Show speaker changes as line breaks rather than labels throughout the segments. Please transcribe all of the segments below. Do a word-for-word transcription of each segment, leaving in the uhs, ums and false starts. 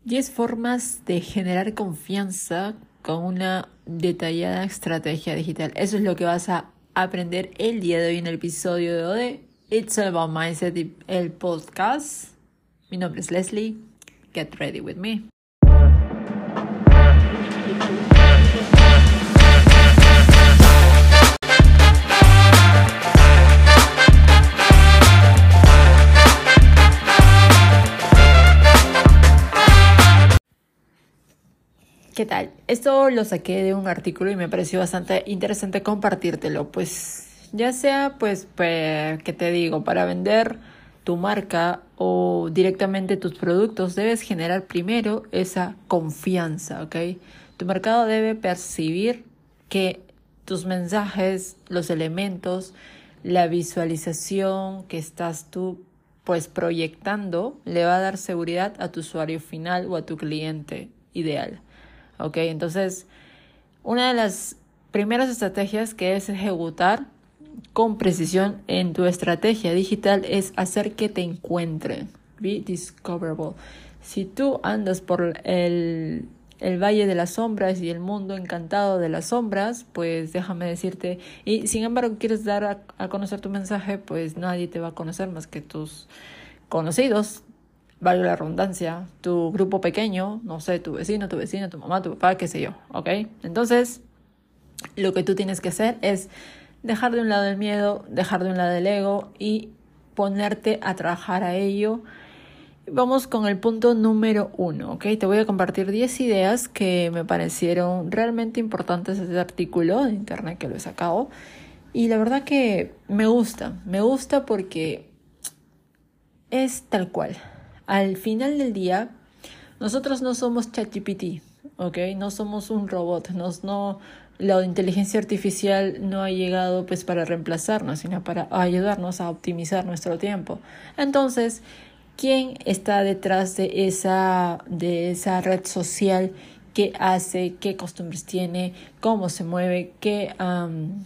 diez formas de generar confianza con una detallada estrategia digital. Eso es lo que vas a aprender el día de hoy en el episodio de It's All About Mindset, el podcast. Mi nombre es Leslie. Get ready with me. ¿Qué tal? Esto lo saqué de un artículo y me pareció bastante interesante compartírtelo. Pues ya sea, pues, pues, ¿qué te digo? Para vender tu marca o directamente tus productos, debes generar primero esa confianza, ¿ok? Tu mercado debe percibir que tus mensajes, los elementos, la visualización que estás tú, pues, proyectando, le va a dar seguridad a tu usuario final o a tu cliente ideal. Ok, entonces una de las primeras estrategias que debes ejecutar con precisión en tu estrategia digital es hacer que te encuentren. Be discoverable. Si tú andas por el, el valle de las sombras y el mundo encantado de las sombras, pues déjame decirte, y sin embargo quieres dar a, a conocer tu mensaje, pues nadie te va a conocer más que tus conocidos. Valga la redundancia, tu grupo pequeño, no sé, tu vecino, tu vecina, tu mamá, tu papá, qué sé yo, ¿ok? Entonces, lo que tú tienes que hacer es dejar de un lado el miedo, dejar de un lado el ego y ponerte a trabajar a ello. Vamos con el punto número uno, ¿ok? Te voy a compartir diez ideas que me parecieron realmente importantes de este artículo de internet que lo he sacado. Y la verdad que me gusta, me gusta porque es tal cual. Al final del día, nosotros no somos ChatGPT, ¿ok? No somos un robot, nos, no, la inteligencia artificial no ha llegado pues para reemplazarnos, sino para ayudarnos a optimizar nuestro tiempo. Entonces, ¿quién está detrás de esa, de esa red social? ¿Qué hace? ¿Qué costumbres tiene? ¿Cómo se mueve? ¿Qué um,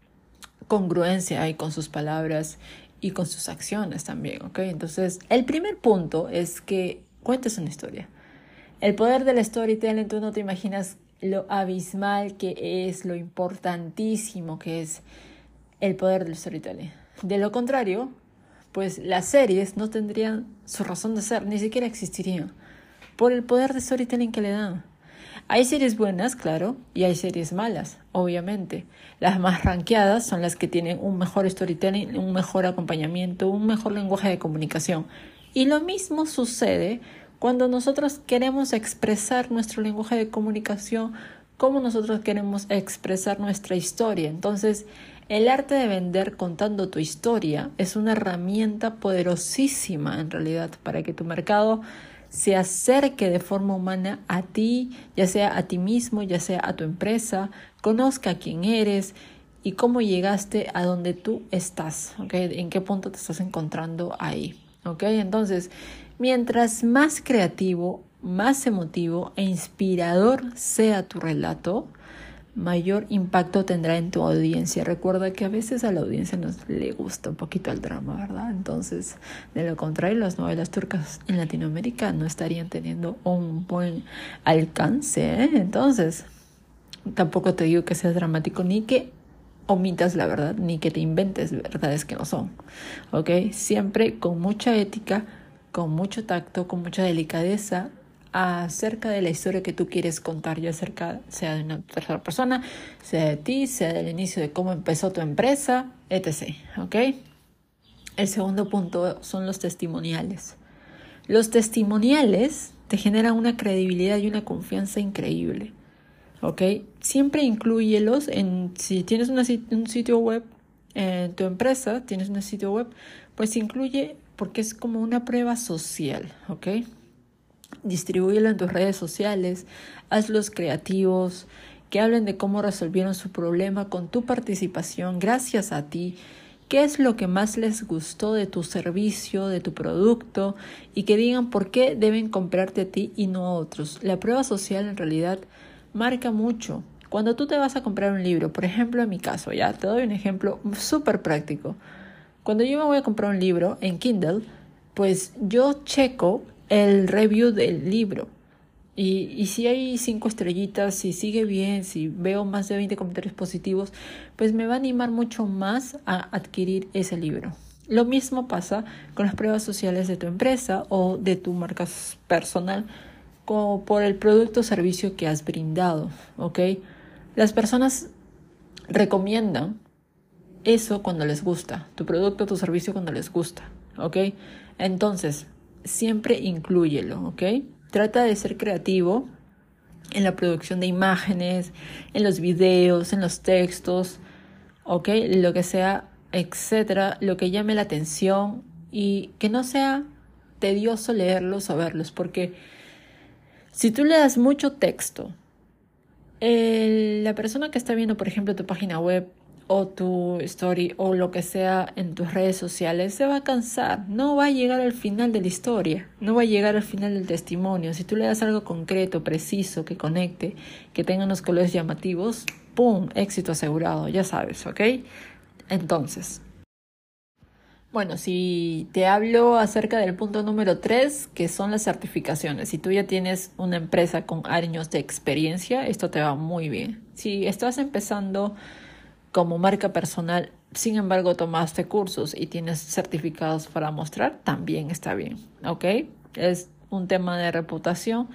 congruencia hay con sus palabras y con sus acciones también, ¿ok? Entonces, el primer punto es que cuentes una historia. El poder del storytelling, tú no te imaginas lo abismal que es, lo importantísimo que es el poder del storytelling. De lo contrario, pues las series no tendrían su razón de ser, ni siquiera existirían, por el poder de storytelling que le dan. Hay series buenas, claro, y hay series malas, obviamente. Las más rankeadas son las que tienen un mejor storytelling, un mejor acompañamiento, un mejor lenguaje de comunicación. Y lo mismo sucede cuando nosotros queremos expresar nuestro lenguaje de comunicación, como nosotros queremos expresar nuestra historia. Entonces, el arte de vender contando tu historia es una herramienta poderosísima, en realidad, para que tu mercado se acerque de forma humana a ti, ya sea a ti mismo, ya sea a tu empresa, conozca quién eres y cómo llegaste a donde tú estás, ¿ok? En qué punto te estás encontrando ahí, ¿ok? Entonces, mientras más creativo, más emotivo e inspirador sea tu relato, mayor impacto tendrá en tu audiencia. Recuerda que a veces a la audiencia nos le gusta un poquito el drama, ¿verdad? Entonces, de lo contrario, las novelas turcas en Latinoamérica no estarían teniendo un buen alcance, ¿eh? Entonces, tampoco te digo que seas dramático ni que omitas la verdad, ni que te inventes verdades que no son, ¿ok? Siempre con mucha ética, con mucho tacto, con mucha delicadeza, acerca de la historia que tú quieres contar, ya acerca sea de una tercera persona, sea de ti, sea del inicio de cómo empezó tu empresa, etcétera, ¿ok? El segundo punto son los testimoniales. Los testimoniales te generan una credibilidad y una confianza increíble, ¿ok? Siempre inclúyelos en, si tienes una, un sitio web en tu empresa, tienes un sitio web, pues incluye, porque es como una prueba social, ¿ok? Distribúyelo en tus redes sociales, hazlos creativos, que hablen de cómo resolvieron su problema con tu participación, gracias a ti, qué es lo que más les gustó de tu servicio, de tu producto, y que digan por qué deben comprarte a ti y no a otros. La prueba social en realidad marca mucho. Cuando tú te vas a comprar un libro, por ejemplo en mi caso, ya te doy un ejemplo súper práctico. Cuando yo me voy a comprar un libro en Kindle, pues yo checo el review del libro. Y, y si hay cinco estrellitas, si sigue bien, si veo más de veinte comentarios positivos, pues me va a animar mucho más a adquirir ese libro. Lo mismo pasa con las pruebas sociales de tu empresa o de tu marca personal, como por el producto o servicio que has brindado, ¿ok? Las personas recomiendan eso cuando les gusta, tu producto o tu servicio cuando les gusta, ¿ok? Entonces, siempre inclúyelo, ¿ok? Trata de ser creativo en la producción de imágenes, en los videos, en los textos, ¿ok? Lo que sea, etcétera, lo que llame la atención y que no sea tedioso leerlos o verlos, porque si tú le das mucho texto, el, la persona que está viendo, por ejemplo, tu página web o tu story o lo que sea en tus redes sociales, se va a cansar, no va a llegar al final de la historia, no va a llegar al final del testimonio. Si tú le das algo concreto, preciso, que conecte, que tenga unos colores llamativos, ¡pum!, éxito asegurado, ya sabes, ¿ok? Entonces, bueno, si te hablo acerca del punto número tres, que son las certificaciones. Si tú ya tienes una empresa con años de experiencia, esto te va muy bien. Si estás empezando como marca personal, sin embargo tomaste cursos y tienes certificados para mostrar, también está bien, ¿ok? Es un tema de reputación,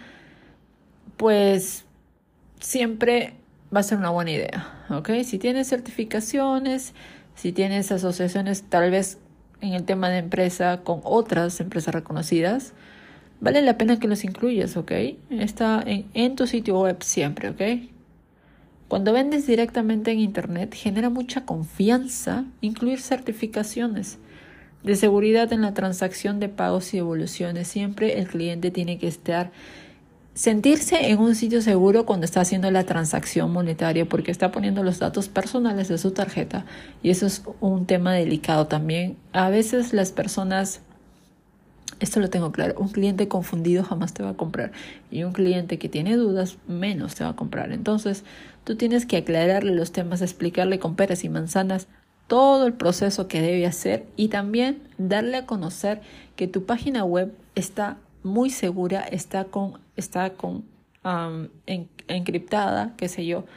pues siempre va a ser una buena idea, ¿ok? Si tienes certificaciones, si tienes asociaciones tal vez en el tema de empresa con otras empresas reconocidas, vale la pena que los incluyas, ¿ok? Está en, en tu sitio web siempre, ¿ok? Cuando vendes directamente en internet, genera mucha confianza incluir certificaciones de seguridad en la transacción de pagos y devoluciones. Siempre el cliente tiene que estar, sentirse en un sitio seguro cuando está haciendo la transacción monetaria, porque está poniendo los datos personales de su tarjeta y eso es un tema delicado también. A veces las personas, esto lo tengo claro, un cliente confundido jamás te va a comprar y un cliente que tiene dudas menos te va a comprar. Entonces tú tienes que aclararle los temas, explicarle con peras y manzanas todo el proceso que debe hacer y también darle a conocer que tu página web está muy segura, está con, está con um, en, encriptada, qué sé yo,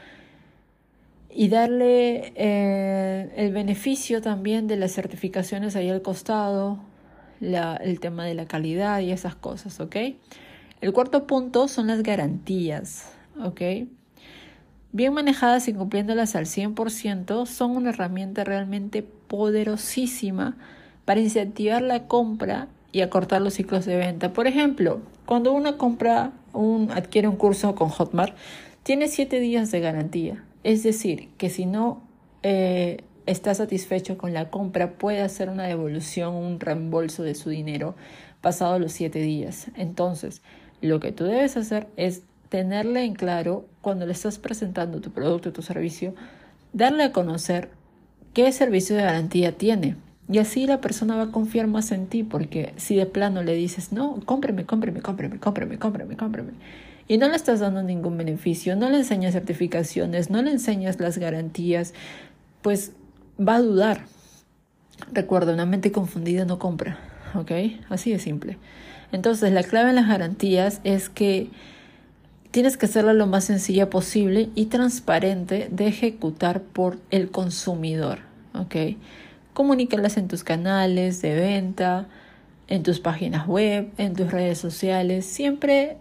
y darle eh, el beneficio también de las certificaciones ahí al costado, la, el tema de la calidad y esas cosas, ¿ok? El cuarto punto son las garantías, ¿ok? Bien manejadas y cumpliéndolas al cien por ciento, son una herramienta realmente poderosísima para incentivar la compra y acortar los ciclos de venta. Por ejemplo, cuando uno compra, un, adquiere un curso con Hotmart, tiene siete días de garantía. Es decir, que si no eh, está satisfecho con la compra, puede hacer una devolución, un reembolso de su dinero pasado los siete días. Entonces, lo que tú debes hacer es tenerle en claro cuando le estás presentando tu producto o tu servicio, darle a conocer qué servicio de garantía tiene. Y así la persona va a confiar más en ti, porque si de plano le dices, no, cómpreme, cómpreme, cómpreme, cómpreme, cómpreme, cómpreme, y no le estás dando ningún beneficio, no le enseñas certificaciones, no le enseñas las garantías, pues va a dudar. Recuerda, una mente confundida no compra, ¿ok? Así de simple. Entonces, la clave en las garantías es que tienes que hacerla lo más sencilla posible y transparente de ejecutar por el consumidor, ¿ok? Comunícalas en tus canales de venta, en tus páginas web, en tus redes sociales. Siempre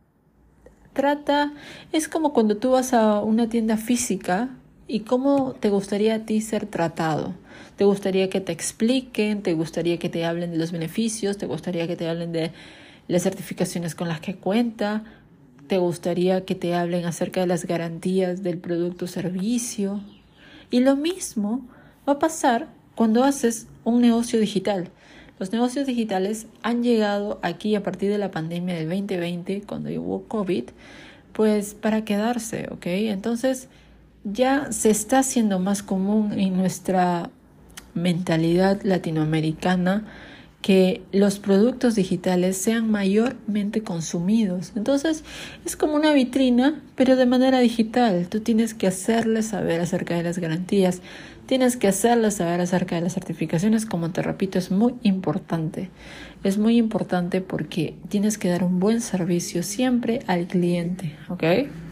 trata, es como cuando tú vas a una tienda física y cómo te gustaría a ti ser tratado. Te gustaría que te expliquen, te gustaría que te hablen de los beneficios, te gustaría que te hablen de las certificaciones con las que cuenta, te gustaría que te hablen acerca de las garantías del producto o servicio. Y lo mismo va a pasar cuando haces un negocio digital. Los negocios digitales han llegado aquí a partir de la pandemia del veinte veinte, cuando hubo COVID, pues para quedarse, ¿ok? Entonces ya se está haciendo más común en nuestra mentalidad latinoamericana que los productos digitales sean mayormente consumidos. Entonces, es como una vitrina, pero de manera digital. Tú tienes que hacerles saber acerca de las garantías, tienes que hacerles saber acerca de las certificaciones. Como te repito, es muy importante. Es muy importante porque tienes que dar un buen servicio siempre al cliente, ¿ok?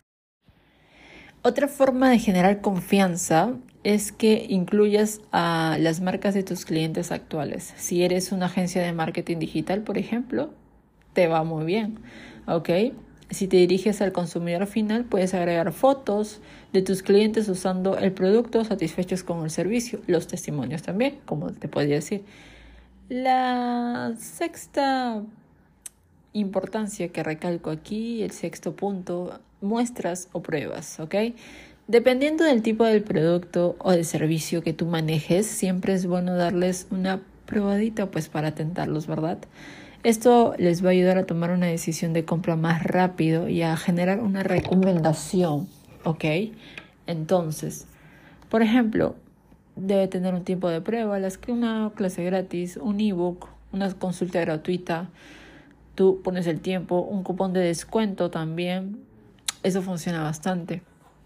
Otra forma de generar confianza es que incluyas a las marcas de tus clientes actuales. Si eres una agencia de marketing digital, por ejemplo, te va muy bien, ¿ok? Si te diriges al consumidor final, puedes agregar fotos de tus clientes usando el producto, satisfechos con el servicio, los testimonios también, como te podría decir. La sexta importancia que recalco aquí, el sexto punto, muestras o pruebas, ¿ok? Dependiendo del tipo del producto o de servicio que tú manejes, siempre es bueno darles una probadita pues para tentarlos, ¿verdad? Esto les va a ayudar a tomar una decisión de compra más rápido y a generar una recomendación, ¿ok? Entonces, por ejemplo, debe tener un tiempo de prueba, una clase gratis, un ebook, una consulta gratuita. Tú pones el tiempo, un cupón de descuento también. Eso funciona bastante.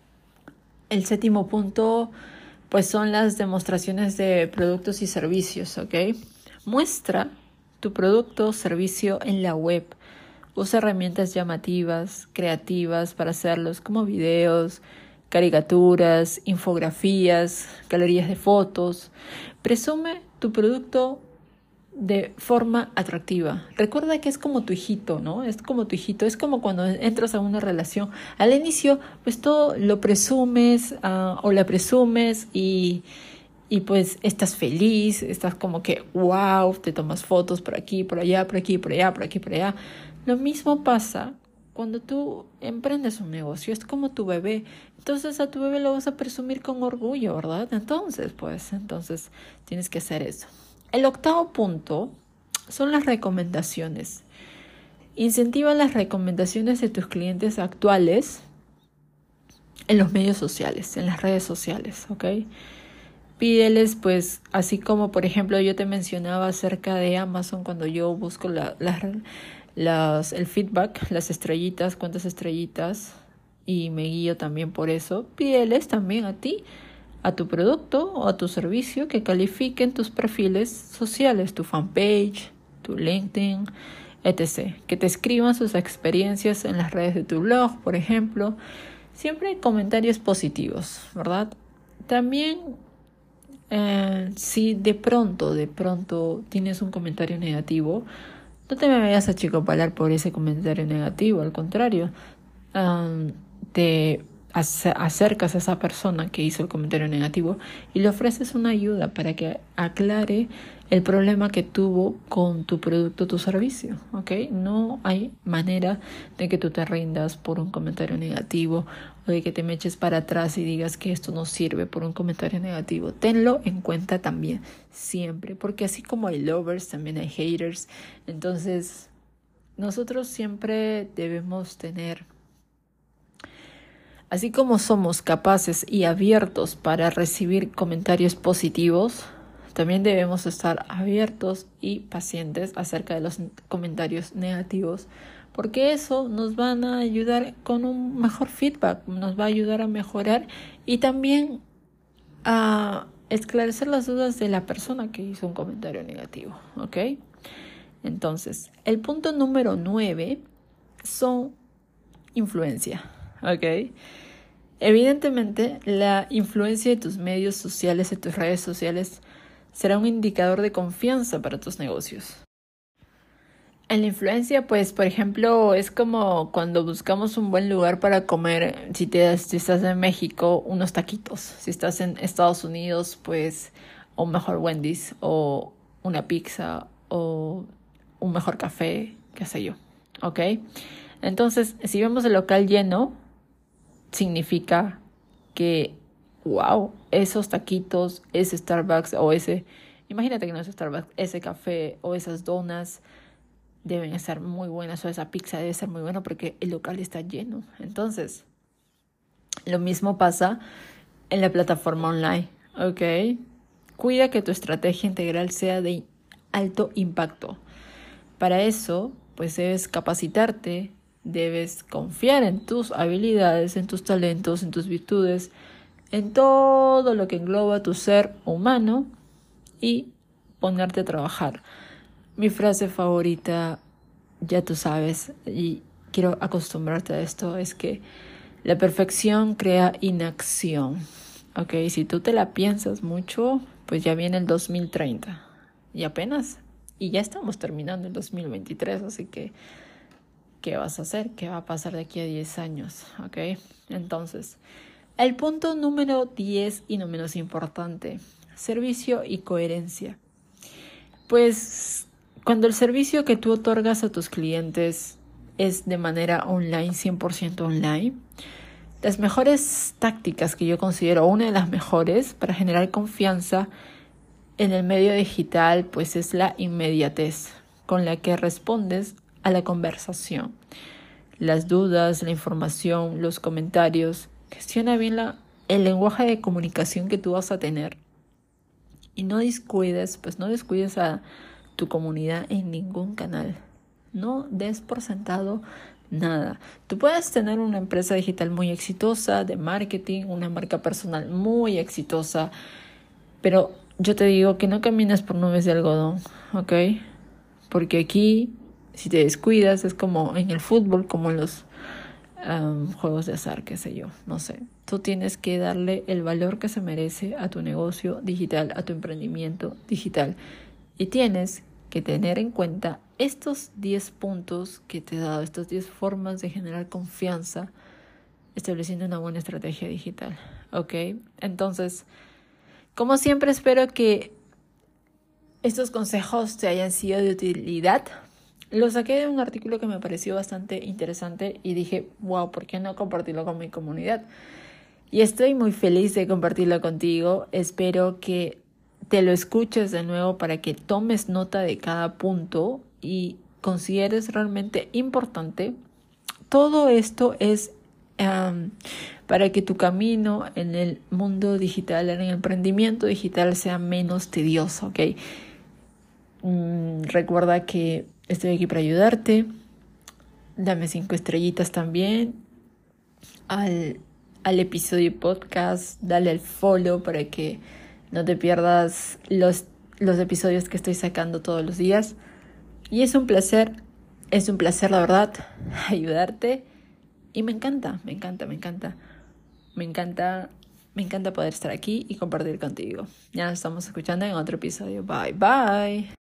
El séptimo punto, pues son las demostraciones de productos y servicios, ¿ok? Muestra tu producto o servicio en la web. Usa herramientas llamativas, creativas para hacerlos, como videos, caricaturas, infografías, galerías de fotos. Presume tu producto de forma atractiva. Recuerda que es como tu hijito, ¿no? Es como tu hijito, es como cuando entras a una relación. Al inicio, pues todo lo presumes uh, o la presumes y, y pues estás feliz, estás como que wow, te tomas fotos por aquí, por allá, por aquí, por allá, por aquí, por allá. Lo mismo pasa cuando tú emprendes un negocio, es como tu bebé. Entonces a tu bebé lo vas a presumir con orgullo, ¿verdad? Entonces, pues, entonces tienes que hacer eso. El octavo punto son las recomendaciones. Incentiva las recomendaciones de tus clientes actuales en los medios sociales, en las redes sociales, ¿ok? Pídeles, pues, así como, por ejemplo, yo te mencionaba acerca de Amazon cuando yo busco la, la, las, el feedback, las estrellitas, cuántas estrellitas, y me guío también por eso. Pídeles también a ti, a tu producto o a tu servicio, que califiquen tus perfiles sociales, tu fanpage, tu LinkedIn, etcétera. Que te escriban sus experiencias en las redes de tu blog, por ejemplo. Siempre hay comentarios positivos, ¿verdad? También, eh, si de pronto, de pronto tienes un comentario negativo, no te me vayas a achicopalar por ese comentario negativo, al contrario, um, te acercas a esa persona que hizo el comentario negativo y le ofreces una ayuda para que aclare el problema que tuvo con tu producto o tu servicio, ¿ok? No hay manera de que tú te rindas por un comentario negativo o de que te me eches para atrás y digas que esto no sirve por un comentario negativo. Tenlo en cuenta también, siempre, porque así como hay lovers, también hay haters. Entonces, nosotros siempre debemos tener, así como somos capaces y abiertos para recibir comentarios positivos, también debemos estar abiertos y pacientes acerca de los comentarios negativos, porque eso nos va a ayudar con un mejor feedback, nos va a ayudar a mejorar y también a esclarecer las dudas de la persona que hizo un comentario negativo, ¿ok? Entonces, el punto número nueve son influencia, ¿ok? Evidentemente, la influencia de tus medios sociales, de tus redes sociales, será un indicador de confianza para tus negocios. En la influencia, pues, por ejemplo, es como cuando buscamos un buen lugar para comer, si, te, si estás en México, unos taquitos. Si estás en Estados Unidos, pues, o mejor Wendy's, o una pizza, o un mejor café, qué sé yo, ¿ok? Entonces, si vemos el local lleno, significa que, wow, esos taquitos, ese Starbucks o ese, imagínate que no es Starbucks, ese café o esas donas deben estar muy buenas o esa pizza debe ser muy buena porque el local está lleno. Entonces, lo mismo pasa en la plataforma online, ¿ok? Cuida que tu estrategia integral sea de alto impacto. Para eso, pues debes capacitarte, debes confiar en tus habilidades, en tus talentos, en tus virtudes, en todo lo que engloba tu ser humano y ponerte a trabajar. Mi frase favorita, ya tú sabes, y quiero acostumbrarte a esto, es que la perfección crea inacción. Ok, si tú te la piensas mucho, pues ya viene el dos mil treinta. Y apenas, y ya estamos terminando el dos mil veintitrés, así que ¿qué vas a hacer? ¿Qué va a pasar de aquí a diez años? Ok, entonces, el punto número diez y no menos importante, servicio y coherencia. Pues cuando el servicio que tú otorgas a tus clientes es de manera online, cien por ciento online, las mejores tácticas que yo considero, una de las mejores para generar confianza en el medio digital, pues es la inmediatez con la que respondes a la conversación. Las dudas, la información, los comentarios. Gestiona bien la, el lenguaje de comunicación que tú vas a tener. Y no descuides, pues no descuides a tu comunidad en ningún canal. No des por sentado nada. Tú puedes tener una empresa digital muy exitosa, de marketing, una marca personal muy exitosa, pero yo te digo que no camines por nubes de algodón, ¿ok? Porque aquí, si te descuidas, es como en el fútbol, como en los um, juegos de azar, qué sé yo, no sé. Tú tienes que darle el valor que se merece a tu negocio digital, a tu emprendimiento digital. Y tienes que tener en cuenta estos diez puntos que te he dado, estas diez formas de generar confianza, estableciendo una buena estrategia digital, ¿ok? Entonces, como siempre, espero que estos consejos te hayan sido de utilidad. Los saqué de un artículo que me pareció bastante interesante y dije, wow, ¿por qué no compartirlo con mi comunidad? Y estoy muy feliz de compartirlo contigo. Espero que te lo escuches de nuevo para que tomes nota de cada punto y consideres realmente importante. Todo esto es um, para que tu camino en el mundo digital, en el emprendimiento digital sea menos tedioso, ¿ok? Mm, recuerda que estoy aquí para ayudarte. Dame cinco estrellitas también al, al episodio podcast. Dale al follow para que no te pierdas los, los episodios que estoy sacando todos los días. Y es un placer, es un placer, la verdad, ayudarte. Y me encanta, me encanta, me encanta. Me encanta, me encanta poder estar aquí y compartir contigo. Ya nos estamos escuchando en otro episodio. Bye, bye.